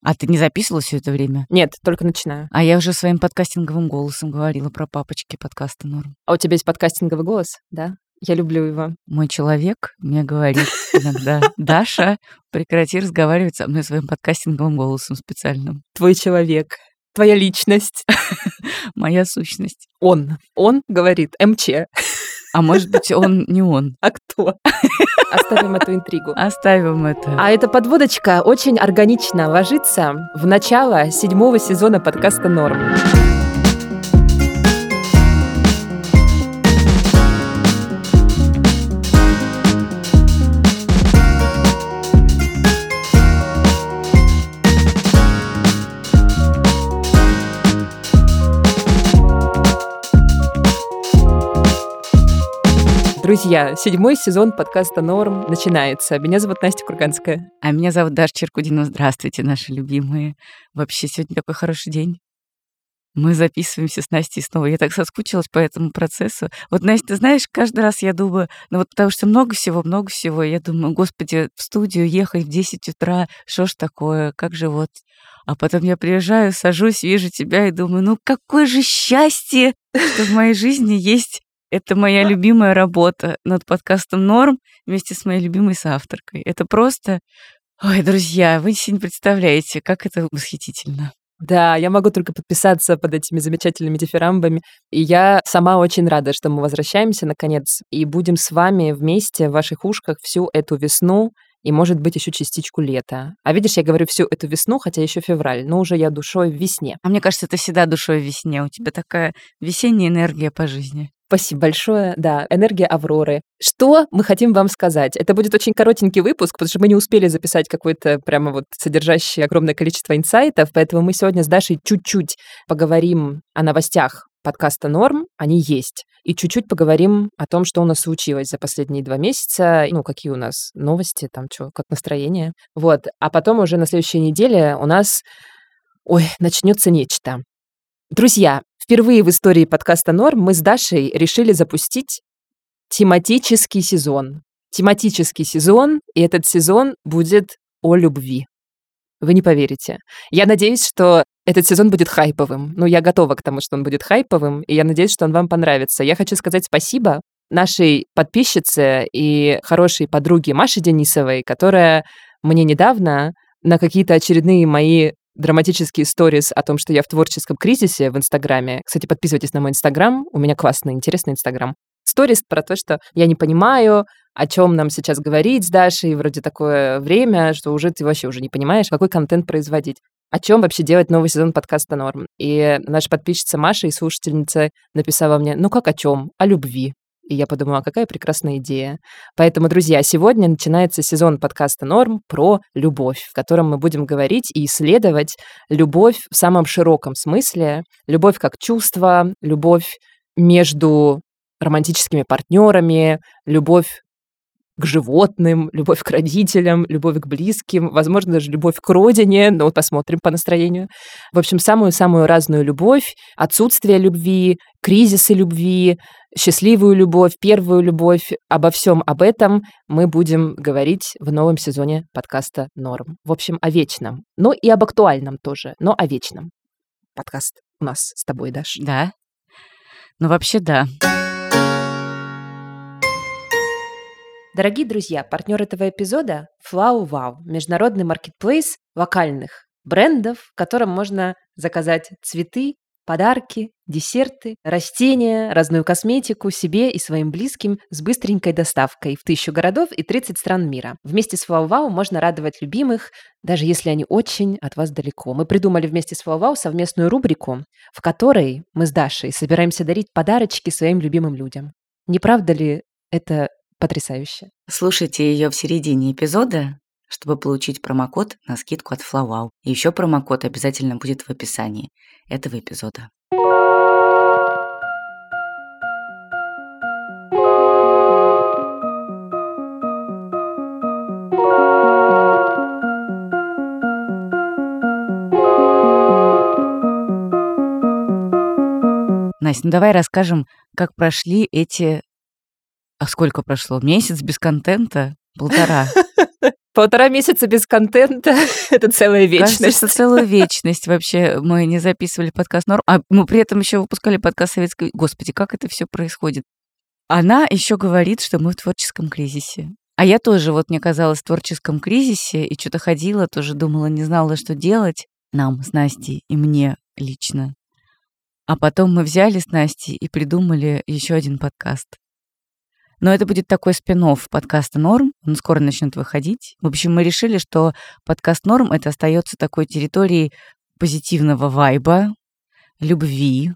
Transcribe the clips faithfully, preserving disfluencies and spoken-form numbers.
А ты не записывала все это время? Нет, только начинаю. А я уже своим подкастинговым голосом говорила про папочки подкаста «Норм». А у тебя есть подкастинговый голос, да? Я люблю его. Мой человек мне говорит иногда: «Даша, прекрати разговаривать со мной своим подкастинговым голосом специальным». Твой человек, твоя личность. Моя сущность. Он. Он говорит МЧ. А может быть, он не он. А кто? Оставим эту интригу. Оставим это. А эта подводочка очень органично ложится в начало седьмого сезона подкаста «Норм». Друзья, седьмой сезон подкаста «Норм» начинается. Меня зовут Настя Курганская. А меня зовут Даша Черкудинова. Здравствуйте, наши любимые. Вообще, сегодня такой хороший день. Мы записываемся с Настей снова. Я так соскучилась по этому процессу. Вот, Настя, ты знаешь, каждый раз я думаю, ну вот потому что много всего, много всего. Я думаю, господи, в студию ехать в десять утра, что ж такое, как же вот. А потом я приезжаю, сажусь, вижу тебя и думаю, ну какое же счастье, что в моей жизни есть... Это моя любимая работа над подкастом «Норм» вместе с моей любимой соавторкой. Это просто... Ой, друзья, вы себе не представляете, как это восхитительно. Да, я могу только подписаться под этими замечательными дифирамбами. И я сама очень рада, что мы возвращаемся наконец и будем с вами вместе в ваших ушках всю эту весну и, может быть, еще частичку лета. А видишь, я говорю всю эту весну, хотя еще февраль, но уже я душой в весне. А мне кажется, ты всегда душой в весне. У тебя такая весенняя энергия по жизни. Спасибо большое. Да, энергия Авроры. Что мы хотим вам сказать? Это будет очень коротенький выпуск, потому что мы не успели записать какой-то прямо вот содержащий огромное количество инсайтов, поэтому мы сегодня с Дашей чуть-чуть поговорим о новостях подкаста «Норм», они есть, и чуть-чуть поговорим о том, что у нас случилось за последние два месяца, ну, какие у нас новости, там, что, как настроение. Вот, а потом уже на следующей неделе у нас, ой, начнется нечто. Друзья, впервые в истории подкаста «Норм» мы с Дашей решили запустить тематический сезон. Тематический сезон, и этот сезон будет о любви. Вы не поверите. Я надеюсь, что этот сезон будет хайповым. Ну, я готова к тому, что он будет хайповым, и я надеюсь, что он вам понравится. Я хочу сказать спасибо нашей подписчице и хорошей подруге Маше Денисовой, которая мне недавно на какие-то очередные мои драматические сторис о том, что я в творческом кризисе в Инстаграме. Кстати, подписывайтесь на мой Инстаграм. У меня классный, интересный Инстаграм. Сторис про то, что я не понимаю, о чем нам сейчас говорить с Дашей. Вроде такое время, что уже ты вообще уже не понимаешь, какой контент производить. О чем вообще делать новый сезон подкаста «Норм». И наша подписчица Маша и слушательница написала мне, ну как о чем? О любви. И я подумала, какая прекрасная идея. Поэтому, друзья, сегодня начинается сезон подкаста «Норм» про любовь, в котором мы будем говорить и исследовать любовь в самом широком смысле. Любовь как чувство, любовь между романтическими партнерами, любовь к животным, любовь к родителям, любовь к близким, возможно, даже любовь к родине, но посмотрим по настроению. В общем, самую-самую разную любовь, отсутствие любви, кризисы любви, счастливую любовь, первую любовь. Обо всем об этом мы будем говорить в новом сезоне подкаста «Норм». В общем, о вечном. Ну и об актуальном тоже, но о вечном. Подкаст у нас с тобой, Даш. Да. Ну, вообще, да. Дорогие друзья, партнер этого эпизода — FlowWow, международный маркетплейс локальных брендов, в котором можно заказать цветы, подарки, десерты, растения, разную косметику себе и своим близким с быстренькой доставкой в тысячу городов и тридцать стран мира. Вместе с FlowWow можно радовать любимых, даже если они очень от вас далеко. Мы придумали вместе с FlowWow совместную рубрику, в которой мы с Дашей собираемся дарить подарочки своим любимым людям. Не правда ли это потрясающе? Слушайте ее в середине эпизода, чтобы получить промокод на скидку от FlowWow. И еще промокод обязательно будет в описании этого эпизода. Настя, ну давай расскажем, как прошли эти... А сколько прошло? Месяц без контента? Полтора. Полтора месяца без контента — это целая вечность. Кажется, что целую вечность вообще мы не записывали подкаст «Норм», а мы при этом еще выпускали подкаст «Советской». Господи, как это все происходит? Она еще говорит, что мы в творческом кризисе. А я тоже, вот мне казалось, в творческом кризисе, и что-то ходила, тоже думала, не знала, что делать нам с Настей и мне лично. А потом мы взяли с Настей и придумали еще один подкаст. Но это будет такой спин-офф подкаста «Норм». Он скоро начнет выходить. В общем, мы решили, что подкаст «Норм» — это остается такой территорией позитивного вайба, любви,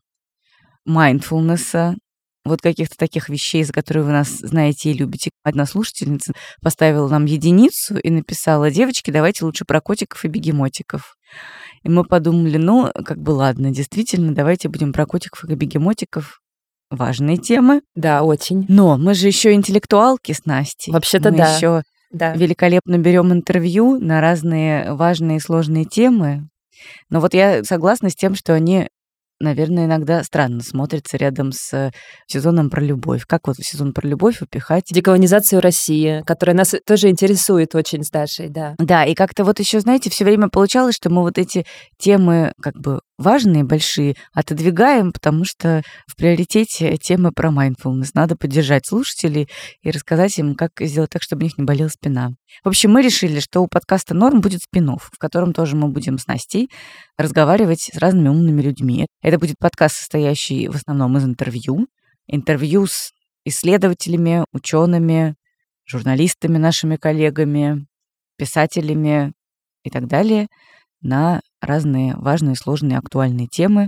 майндфулнесса, вот каких-то таких вещей, за которые вы нас знаете и любите. Одна слушательница поставила нам единицу и написала: «Девочки, давайте лучше про котиков и бегемотиков». И мы подумали, ну, как бы ладно, действительно, давайте будем про котиков и бегемотиков. Важные темы. Да, очень. Но мы же еще интеллектуалки с Настей. Вообще-то мы да. еще да. великолепно берем интервью на разные важные и сложные темы. Но вот я согласна с тем, что они, наверное, иногда странно смотрятся рядом с сезоном про любовь. Как вот в сезон про любовь упихать деколонизацию России, которая нас тоже интересует очень с Дашей, да. Да, и как-то вот еще, знаете, все время получалось, что мы вот эти темы как бы важные, большие, отодвигаем, потому что в приоритете темы про mindfulness. Надо поддержать слушателей и рассказать им, как сделать так, чтобы у них не болела спина. В общем, мы решили, что у подкаста «Норм» будет спин-офф, в котором тоже мы будем с Настей разговаривать с разными умными людьми. Это будет подкаст, состоящий в основном из интервью. Интервью с исследователями, учеными, журналистами, нашими коллегами, писателями и так далее на разные важные, сложные, актуальные темы.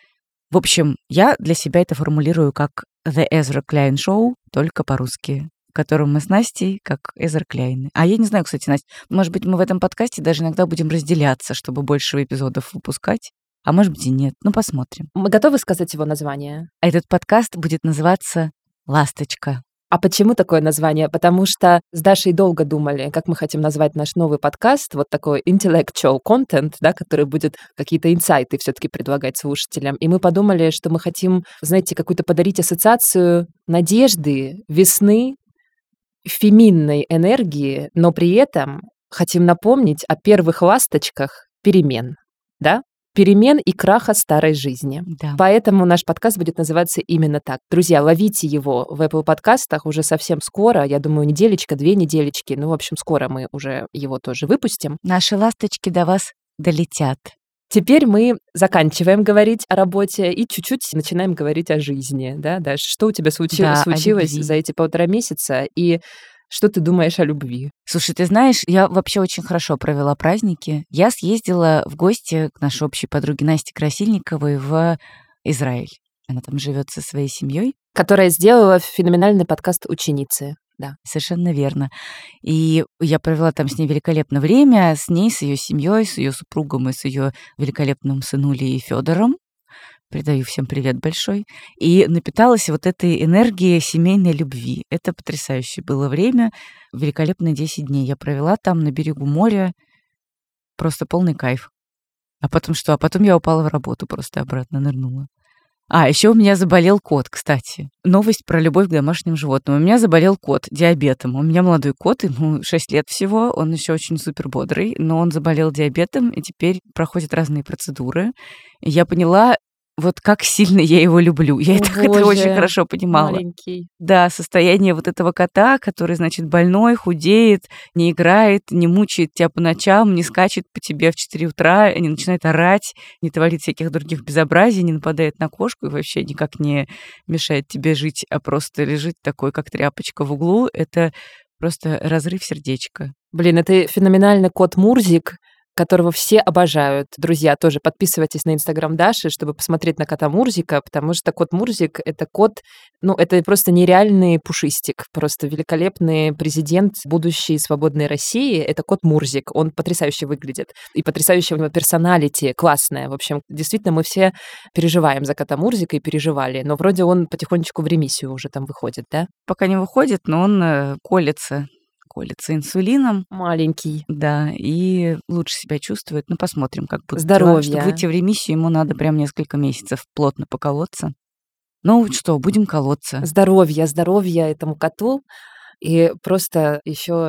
В общем, я для себя это формулирую как The Ezra Klein Show, только по-русски, в котором мы с Настей как Эзра Кляйны. А я не знаю, кстати, Настя, может быть, мы в этом подкасте даже иногда будем разделяться, чтобы больше эпизодов выпускать, а может быть и нет. Ну, посмотрим. Мы готовы сказать его название? Этот подкаст будет называться «Ласточка». А почему такое название? Потому что с Дашей долго думали, как мы хотим назвать наш новый подкаст, вот такой intellectual content, да, который будет какие-то инсайты все-таки предлагать слушателям. И мы подумали, что мы хотим, знаете, какую-то подарить ассоциацию надежды, весны, феминной энергии, но при этом хотим напомнить о первых ласточках перемен, да? Перемен и краха старой жизни. Да. Поэтому наш подкаст будет называться именно так. Друзья, ловите его в Apple подкастах уже совсем скоро. Я думаю, неделечка, две неделечки. Ну, в общем, скоро мы уже его тоже выпустим. Наши ласточки до вас долетят. Теперь мы заканчиваем говорить о работе и чуть-чуть начинаем говорить о жизни. Да, Даш, что у тебя случи- Да, случилось за эти полтора месяца? И что ты думаешь о любви? Слушай, ты знаешь, я вообще очень хорошо провела праздники. Я съездила в гости к нашей общей подруге Насте Красильниковой в Израиль. Она там живет со своей семьей. Которая сделала феноменальный подкаст «Ученицы». Да. Совершенно верно. И я провела там с ней великолепное время, с ней, с ее семьей, с ее супругом и с ее великолепным сынулей Федором. Передаю всем привет большой. И напиталась вот этой энергией семейной любви. Это потрясающее было время. Великолепные десять дней я провела там на берегу моря. Просто полный кайф. А потом что? А потом я упала в работу, просто обратно нырнула. А, еще у меня заболел кот, кстати. Новость про любовь к домашним животным. У меня заболел кот диабетом. У меня молодой кот, ему шесть лет всего, он еще очень супер бодрый, но он заболел диабетом и теперь проходит разные процедуры. И я поняла, вот как сильно я его люблю. Я О, это, это боже, очень хорошо понимала. Маленький. Да, состояние вот этого кота, который, значит, больной, худеет, не играет, не мучает тебя по ночам, не скачет по тебе в четыре утра, не начинает орать, не творит всяких других безобразий, не нападает на кошку и вообще никак не мешает тебе жить, а просто лежит такой, как тряпочка в углу. Это просто разрыв сердечка. Блин, это феноменальный кот Мурзик, которого все обожают. Друзья, тоже подписывайтесь на Инстаграм Даши, чтобы посмотреть на кота Мурзика, потому что кот Мурзик — это кот, ну, это просто нереальный пушистик, просто великолепный президент будущей свободной России. Это кот Мурзик, он потрясающе выглядит. И потрясающее у него персоналити, классное. В общем, действительно, мы все переживаем за кота Мурзика и переживали, но вроде он потихонечку в ремиссию уже там выходит, да? Пока не выходит, но он э, колется. колется инсулином. Маленький. Да, и лучше себя чувствует. Ну, посмотрим, как будет. Здоровья. Чтобы выйти в ремиссию, ему надо прям несколько месяцев плотно поколоться. Ну, что, будем колоться. Здоровья, здоровья этому коту. И просто еще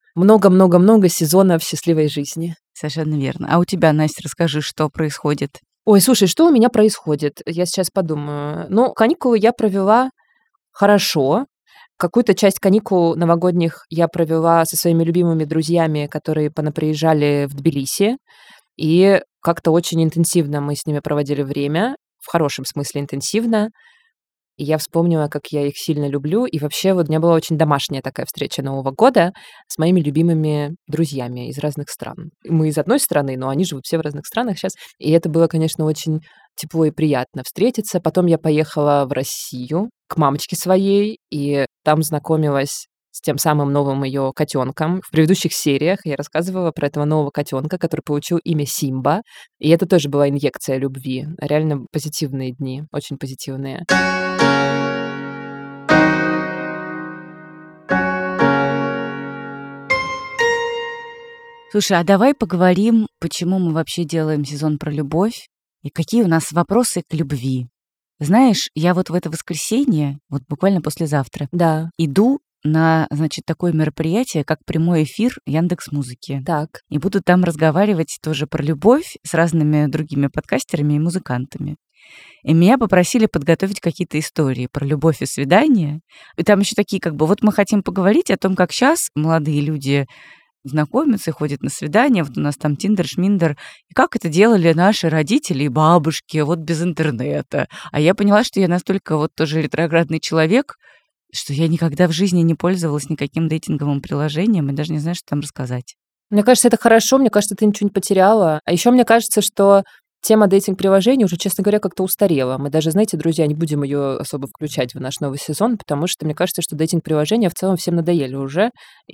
много-много-много сезонов счастливой жизни. Совершенно верно. А у тебя, Настя, расскажи, что происходит? Ой, слушай, что у меня происходит? Я сейчас подумаю. Ну, каникулы я провела хорошо. Какую-то часть каникул новогодних я провела со своими любимыми друзьями, которые понаприезжали в Тбилиси. И как-то очень интенсивно мы с ними проводили время. В хорошем смысле интенсивно. И я вспомнила, как я их сильно люблю. И вообще вот у меня была очень домашняя такая встреча Нового года с моими любимыми друзьями из разных стран. Мы из одной страны, но они живут все в разных странах сейчас. И это было, конечно, очень тепло и приятно встретиться. Потом я поехала в Россию к мамочке своей, и там знакомилась с тем самым новым ее котенком. В предыдущих сериях я рассказывала про этого нового котенка, который получил имя Симба. И это тоже была инъекция любви. Реально позитивные дни, очень позитивные. Слушай, а давай поговорим, почему мы вообще делаем сезон про любовь и какие у нас вопросы к любви. Знаешь, я вот в это воскресенье, вот буквально послезавтра, Да, иду на, значит, такое мероприятие, как прямой эфир Яндекс.Музыки. так. И буду там разговаривать тоже про любовь с разными другими подкастерами и музыкантами. И меня попросили подготовить какие-то истории про любовь и свидания. И там еще такие, как бы, вот мы хотим поговорить о том, как сейчас молодые люди знакомятся и ходят на свидания. Вот у нас там Тиндер, Шминдер. И как это делали наши родители и бабушки, вот без интернета. А я поняла, что я настолько вот тоже ретроградный человек, что я никогда в жизни не пользовалась никаким дейтинговым приложением и даже не знаю, что там рассказать. Мне кажется, это хорошо, мне кажется, ты ничего не потеряла. А еще мне кажется, что тема дейтинг-приложений уже, честно говоря, как-то устарела. Мы даже, знаете, друзья, не будем ее особо включать в наш новый сезон, потому что мне кажется, что дейтинг-приложения в целом всем надоели уже,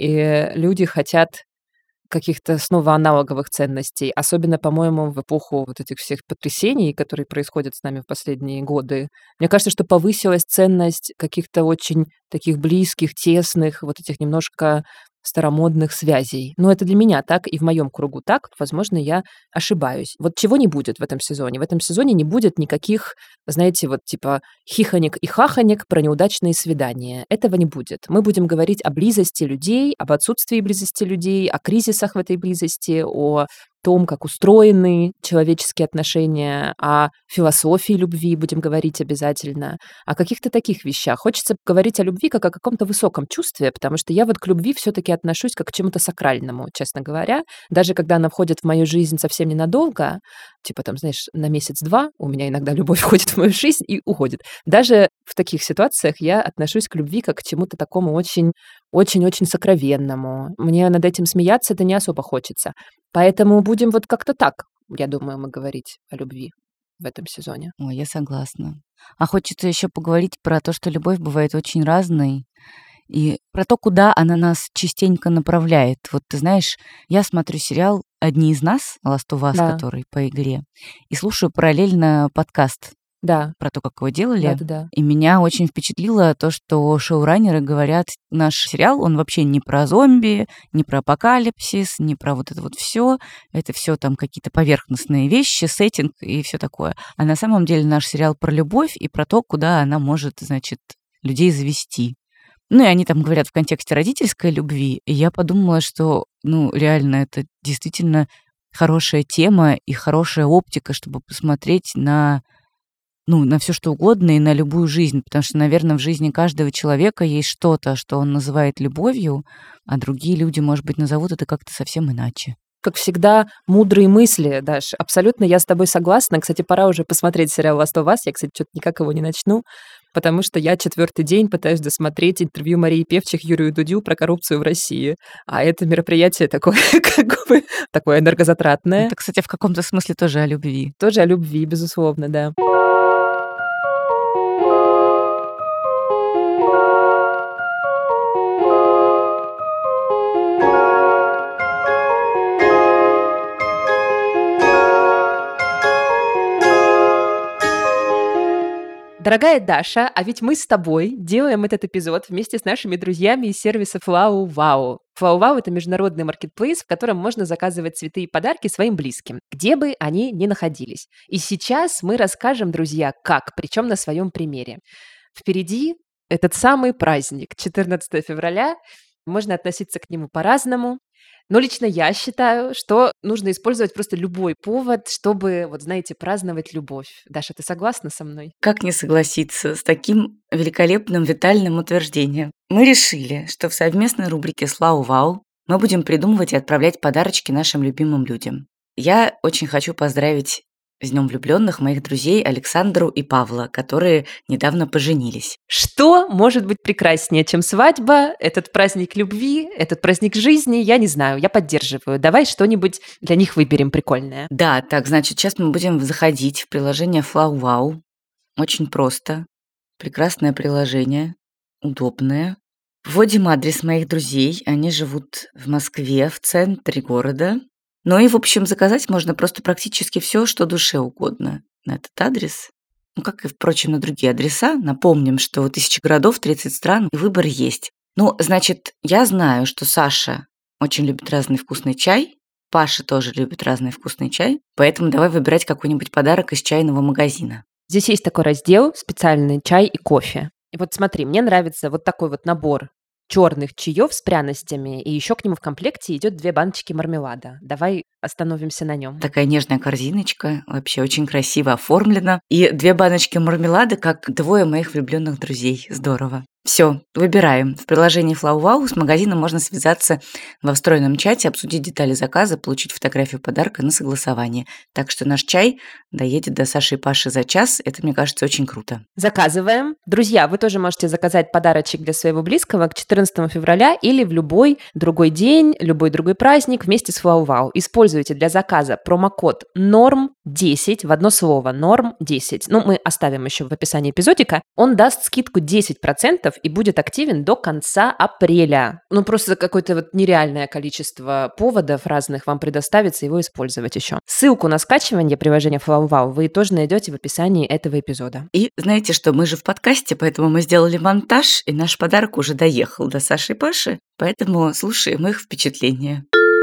и люди хотят каких-то снова аналоговых ценностей. Особенно, по-моему, в эпоху вот этих всех потрясений, которые происходят с нами в последние годы. Мне кажется, что повысилась ценность каких-то очень таких близких, тесных, вот этих немножко старомодных связей. Но это для меня так, и в моем кругу так. Возможно, я ошибаюсь. Вот чего не будет в этом сезоне? В этом сезоне не будет никаких, знаете, вот типа хихонек и хахонек про неудачные свидания. Этого не будет. Мы будем говорить о близости людей, об отсутствии близости людей, о кризисах в этой близости, о том, как устроены человеческие отношения, о философии любви будем говорить обязательно, о каких-то таких вещах. Хочется говорить о любви как о каком-то высоком чувстве, потому что я вот к любви все-таки отношусь как к чему-то сакральному, честно говоря. Даже когда она входит в мою жизнь совсем ненадолго, типа там, знаешь, на месяц-два, у меня иногда любовь входит в мою жизнь и уходит. Даже в таких ситуациях я отношусь к любви как к чему-то такому очень очень-очень сокровенному. Мне над этим смеяться это не особо хочется. Поэтому будем вот как-то так, я думаю, мы говорить о любви в этом сезоне. Ой, я согласна. А хочется еще поговорить про то, что любовь бывает очень разной, и про то, куда она нас частенько направляет. Вот ты знаешь, я смотрю сериал «Одни из нас», Last of Us, Да, который по игре, и слушаю параллельно подкаст да, про то, как его делали. да-да-да. И меня очень впечатлило то, что шоураннеры говорят, наш сериал, он вообще не про зомби, не про апокалипсис, не про вот это вот все. Это все там какие-то поверхностные вещи, сеттинг и все такое. А на самом деле наш сериал про любовь и про то, куда она может, значит, людей завести. Ну, и они там говорят в контексте родительской любви. И я подумала, что, ну, реально, это действительно хорошая тема и хорошая оптика, чтобы посмотреть на ну, на все что угодно и на любую жизнь, потому что, наверное, в жизни каждого человека есть что-то, что он называет любовью, а другие люди, может быть, назовут это как-то совсем иначе. Как всегда, мудрые мысли, Даш. Абсолютно я с тобой согласна. Кстати, пора уже посмотреть сериал Last of Us. Я, кстати, что-то никак его не начну, потому что я четвертый день пытаюсь досмотреть интервью Марии Певчих Юрию Дудю про коррупцию в России. А это мероприятие такое, как бы, такое энергозатратное. Это, кстати, в каком-то смысле тоже о любви. Тоже о любви, безусловно, да. Дорогая Даша, а ведь мы с тобой делаем этот эпизод вместе с нашими друзьями из сервиса Флау Вау. Флау Вау — это международный маркетплейс, в котором можно заказывать цветы и подарки своим близким, где бы они ни находились. И сейчас мы расскажем, друзья, как, причем на своем примере. Впереди этот самый праздник, четырнадцатое февраля, Можно относиться к нему по-разному. Но лично я считаю, что нужно использовать просто любой повод, чтобы, вот знаете, праздновать любовь. Даша, ты согласна со мной? Как не согласиться с таким великолепным витальным утверждением? Мы решили, что в совместной рубрике «Слау Вау» мы будем придумывать и отправлять подарочки нашим любимым людям. Я очень хочу поздравить с Днем влюбленных моих друзей Александру и Павла, которые недавно поженились. Что может быть прекраснее, чем свадьба, этот праздник любви, этот праздник жизни? Я не знаю, я поддерживаю. Давай что-нибудь для них выберем прикольное. Да, так, значит, сейчас мы будем заходить в приложение Флау Вау. Очень просто. Прекрасное приложение, удобное. Вводим адрес моих друзей. Они живут в Москве, в центре города. Ну и, в общем, заказать можно просто практически все, что душе угодно на этот адрес. Ну, как и, впрочем, на другие адреса. Напомним, что тысяча городов, тридцать стран, и выбор есть. Ну, значит, я знаю, что Саша очень любит разный вкусный чай, Паша тоже любит разный вкусный чай, поэтому давай выбирать какой-нибудь подарок из чайного магазина. Здесь есть такой раздел специальный «Чай и кофе». И вот смотри, мне нравится вот такой вот набор черных чаев с пряностями, и еще к нему в комплекте идет две баночки мармелада. Давай остановимся на нем. Такая нежная корзиночка, вообще очень красиво оформлена. И две баночки мармелада, как двое моих влюбленных друзей. Здорово. Все, выбираем. В приложении Флау Вау с магазином можно связаться во встроенном чате, обсудить детали заказа, получить фотографию подарка на согласование. Так что наш чай доедет до Саши и Паши за час. Это, мне кажется, очень круто. Заказываем. Друзья, вы тоже можете заказать подарочек для своего близкого к четырнадцатому февраля или в любой другой день, любой другой праздник вместе с Флау Вау. Используйте для заказа промокод норм десять в одно слово норм десять. Ну, мы оставим еще в описании эпизодика. Он даст скидку десять процентов и будет активен до конца апреля. Ну, просто какое-то вот нереальное количество поводов разных вам предоставится его использовать еще. Ссылку на скачивание приложения Флау Вау вы тоже найдете в описании этого эпизода. И знаете что, мы же в подкасте, поэтому мы сделали монтаж, и наш подарок уже доехал до Саши и Паши, поэтому слушаем их впечатления.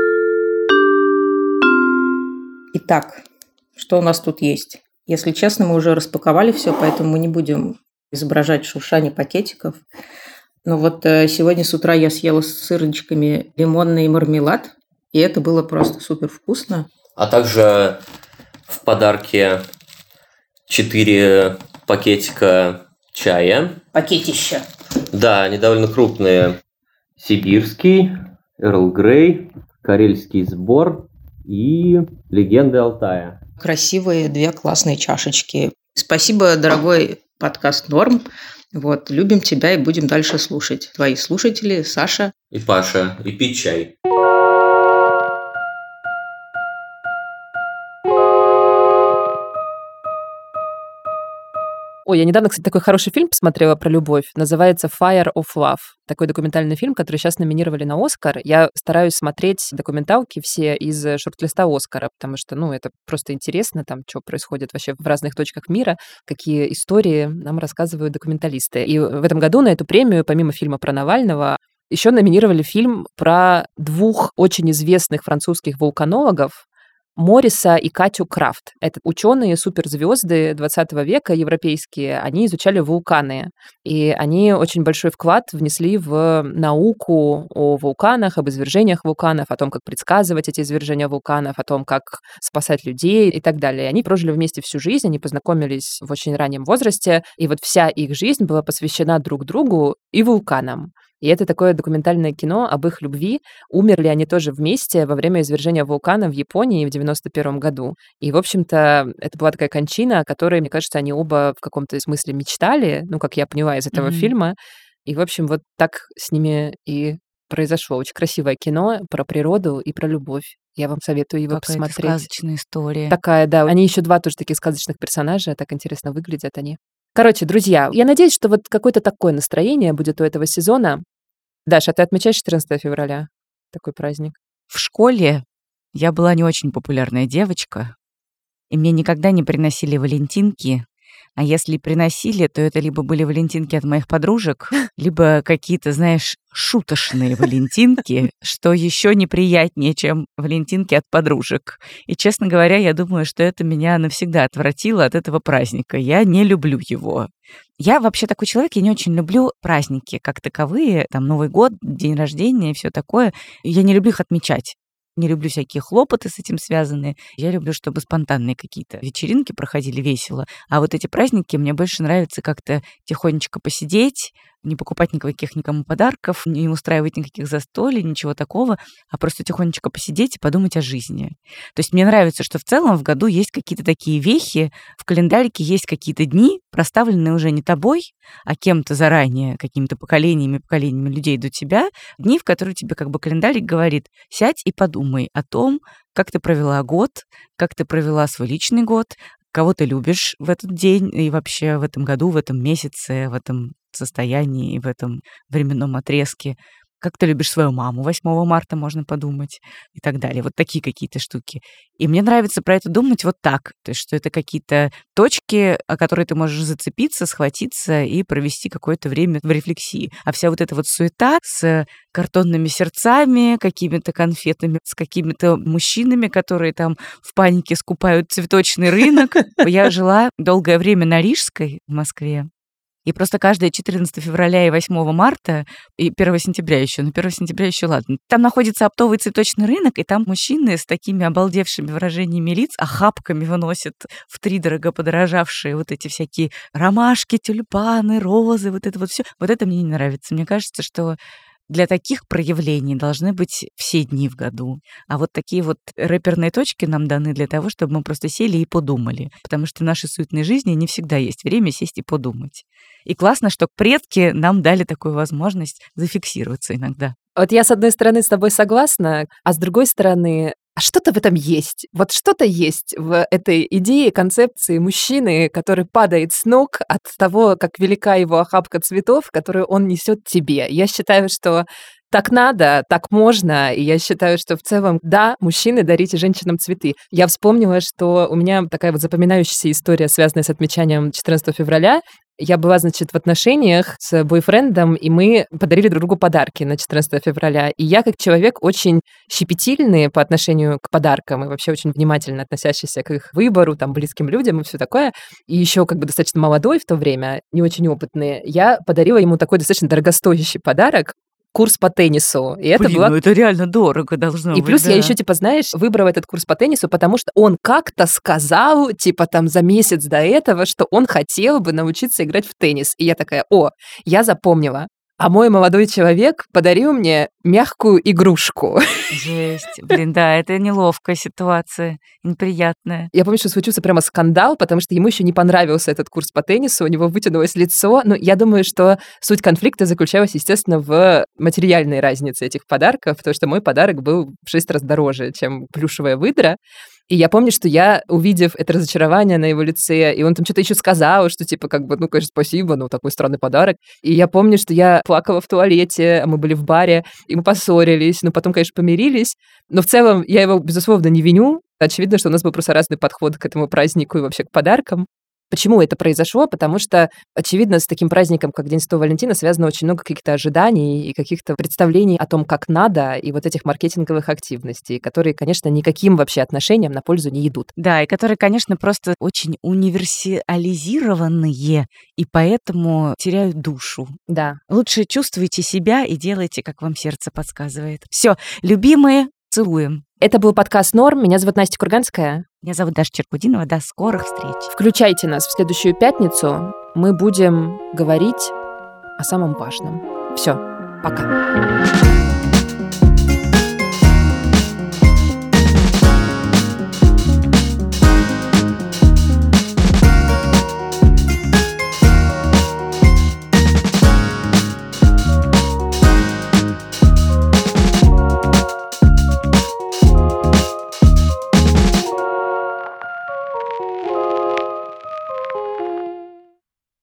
Итак, что у нас тут есть? Если честно, мы уже распаковали все, поэтому мы не будем изображать шуршание пакетиков. Но вот э, сегодня с утра я съела с сырничками лимонный мармелад, и это было просто супер вкусно. А также в подарке четыре пакетика чая. Пакетища. Да, они довольно крупные. Сибирский, Эрл Грей, Карельский сбор и Легенды Алтая. Красивые две классные чашечки. Спасибо, дорогой подкаст «Норм». Вот, любим тебя и будем дальше слушать. Твои слушатели Саша и Паша. И пить чай. Ой, я недавно, кстати, такой хороший фильм посмотрела про любовь. Называется «Fire of Love». Такой документальный фильм, который сейчас номинировали на «Оскар». Я стараюсь смотреть документалки все из шорт-листа «Оскара», потому что, ну, это просто интересно, там, что происходит вообще в разных точках мира, какие истории нам рассказывают документалисты. И в этом году на эту премию, помимо фильма про Навального, еще номинировали фильм про двух очень известных французских вулканологов, Мориса и Катю Крафт. Это ученые, суперзвезды двадцатого века, европейские. Они изучали вулканы. И они очень большой вклад внесли в науку о вулканах, об извержениях вулканов, о том, как предсказывать эти извержения вулканов, о том, как спасать людей и так далее. Они прожили вместе всю жизнь, они познакомились в очень раннем возрасте, и вот вся их жизнь была посвящена друг другу и вулканам. И это такое документальное кино об их любви. Умерли они тоже вместе во время извержения вулкана в Японии в девяносто первом году. И, в общем-то, это была такая кончина, о которой, мне кажется, они оба в каком-то смысле мечтали, ну, как я поняла из этого mm-hmm. фильма. И, в общем, вот так с ними и произошло. Очень красивое кино про природу и про любовь. Я вам советую его Какая-то посмотреть. сказочная история. Такая, да. Они еще два тоже таких сказочных персонажа, так интересно выглядят они. Короче, друзья, я надеюсь, что вот какое-то такое настроение будет у этого сезона. Даша, а ты отмечаешь четырнадцатого февраля такой праздник? В школе я была не очень популярная девочка, и мне никогда не приносили валентинки, А если приносили, то это либо были валентинки от моих подружек, либо какие-то, знаешь, шуточные валентинки, что еще неприятнее, чем валентинки от подружек. И, честно говоря, я думаю, что это меня навсегда отвратило от этого праздника. Я не люблю его. Я вообще такой человек, я не очень люблю праздники как таковые, там Новый год, день рождения и все такое. Я не люблю их отмечать. Не люблю всякие хлопоты с этим связанные. Я люблю, чтобы спонтанные какие-то вечеринки проходили весело. А вот эти праздники мне больше нравится как-то тихонечко посидеть, не покупать никаких никому подарков, не устраивать никаких застолий, ничего такого, а просто тихонечко посидеть и подумать о жизни. То есть мне нравится, что в целом в году есть какие-то такие вехи, в календарике есть какие-то дни, проставленные уже не тобой, а кем-то заранее, какими-то поколениями, поколениями людей до тебя, дни, в которые тебе как бы календарик говорит: сядь и подумай о том, как ты провела год, как ты провела свой личный год, кого ты любишь в этот день и вообще в этом году, в этом месяце, в этом состоянии и в этом временном отрезке. Как ты любишь свою маму, восьмого марта можно подумать и так далее. Вот такие какие-то штуки. И мне нравится про это думать вот так. То есть, что это какие-то точки, о которые ты можешь зацепиться, схватиться и провести какое-то время в рефлексии. А вся вот эта вот суета с картонными сердцами, какими-то конфетами, с какими-то мужчинами, которые там в панике скупают цветочный рынок. Я жила долгое время на Рижской в Москве. И просто каждое четырнадцатого февраля и восьмого марта, и первого сентября еще, ну первого сентября еще ладно, там находится оптовый цветочный рынок, и там мужчины с такими обалдевшими выражениями лиц охапками выносят втридорого подорожавшие вот эти всякие ромашки, тюльпаны, розы, вот это вот все. Вот это мне не нравится. Мне кажется, что для таких проявлений должны быть все дни в году. А вот такие вот рэперные точки нам даны для того, чтобы мы просто сели и подумали. Потому что в нашей суетной жизни не всегда есть время сесть и подумать. И классно, что предки нам дали такую возможность зафиксироваться иногда. Вот я, с одной стороны, с тобой согласна, а с другой стороны, а что-то в этом есть. Вот что-то есть в этой идее, концепции мужчины, который падает с ног от того, как велика его охапка цветов, которую он несет тебе. Я считаю, что так надо, так можно, и я считаю, что в целом, да, мужчины, дарите женщинам цветы. Я вспомнила, что у меня такая вот запоминающаяся история, связанная с отмечанием четырнадцатого февраля. Я была, значит, в отношениях с бойфрендом, и мы подарили друг другу подарки на четырнадцатого февраля. И я, как человек очень щепетильный по отношению к подаркам и вообще очень внимательно относящийся к их выбору, там, близким людям и все такое, и еще как бы достаточно молодой в то время, не очень опытный, я подарила ему такой достаточно дорогостоящий подарок, курс по теннису. И это Блин, было... ну это реально дорого должно и быть. плюс да. я еще, типа, знаешь, выбрала этот курс по теннису, потому что он как-то сказал, типа, там, за месяц до этого, что он хотел бы научиться играть в теннис. И я такая: о, я запомнила. А мой молодой человек подарил мне мягкую игрушку. Жесть. Блин, да, это неловкая ситуация, неприятная. Я помню, что случился прямо скандал, потому что ему еще не понравился этот курс по теннису, у него вытянулось лицо. Но я думаю, что суть конфликта заключалась, естественно, в материальной разнице этих подарков, потому что мой подарок был в шесть раз дороже, чем плюшевая выдра. И я помню, что я, увидев это разочарование на его лице, и он там что-то еще сказал, что типа как бы, ну, конечно, спасибо, ну, такой странный подарок. И я помню, что я плакала в туалете, мы были в баре, и мы поссорились, но потом, конечно, помирились. Но в целом я его, безусловно, не виню. Очевидно, что у нас был просто разный подход к этому празднику и вообще к подаркам. Почему это произошло? Потому что, очевидно, с таким праздником, как День Святого Валентина, связано очень много каких-то ожиданий и каких-то представлений о том, как надо, и вот этих маркетинговых активностей, которые, конечно, никаким вообще отношениям на пользу не идут. Да, и которые, конечно, просто очень универсализированные, и поэтому теряют душу. Да. Лучше чувствуйте себя и делайте, как вам сердце подсказывает. Все, любимые, целуем. Это был подкаст «Норм». Меня зовут Настя Курганская. Меня зовут Даша Черкудинова. До скорых встреч. Включайте нас в следующую пятницу. Мы будем говорить о самом важном. Все, пока.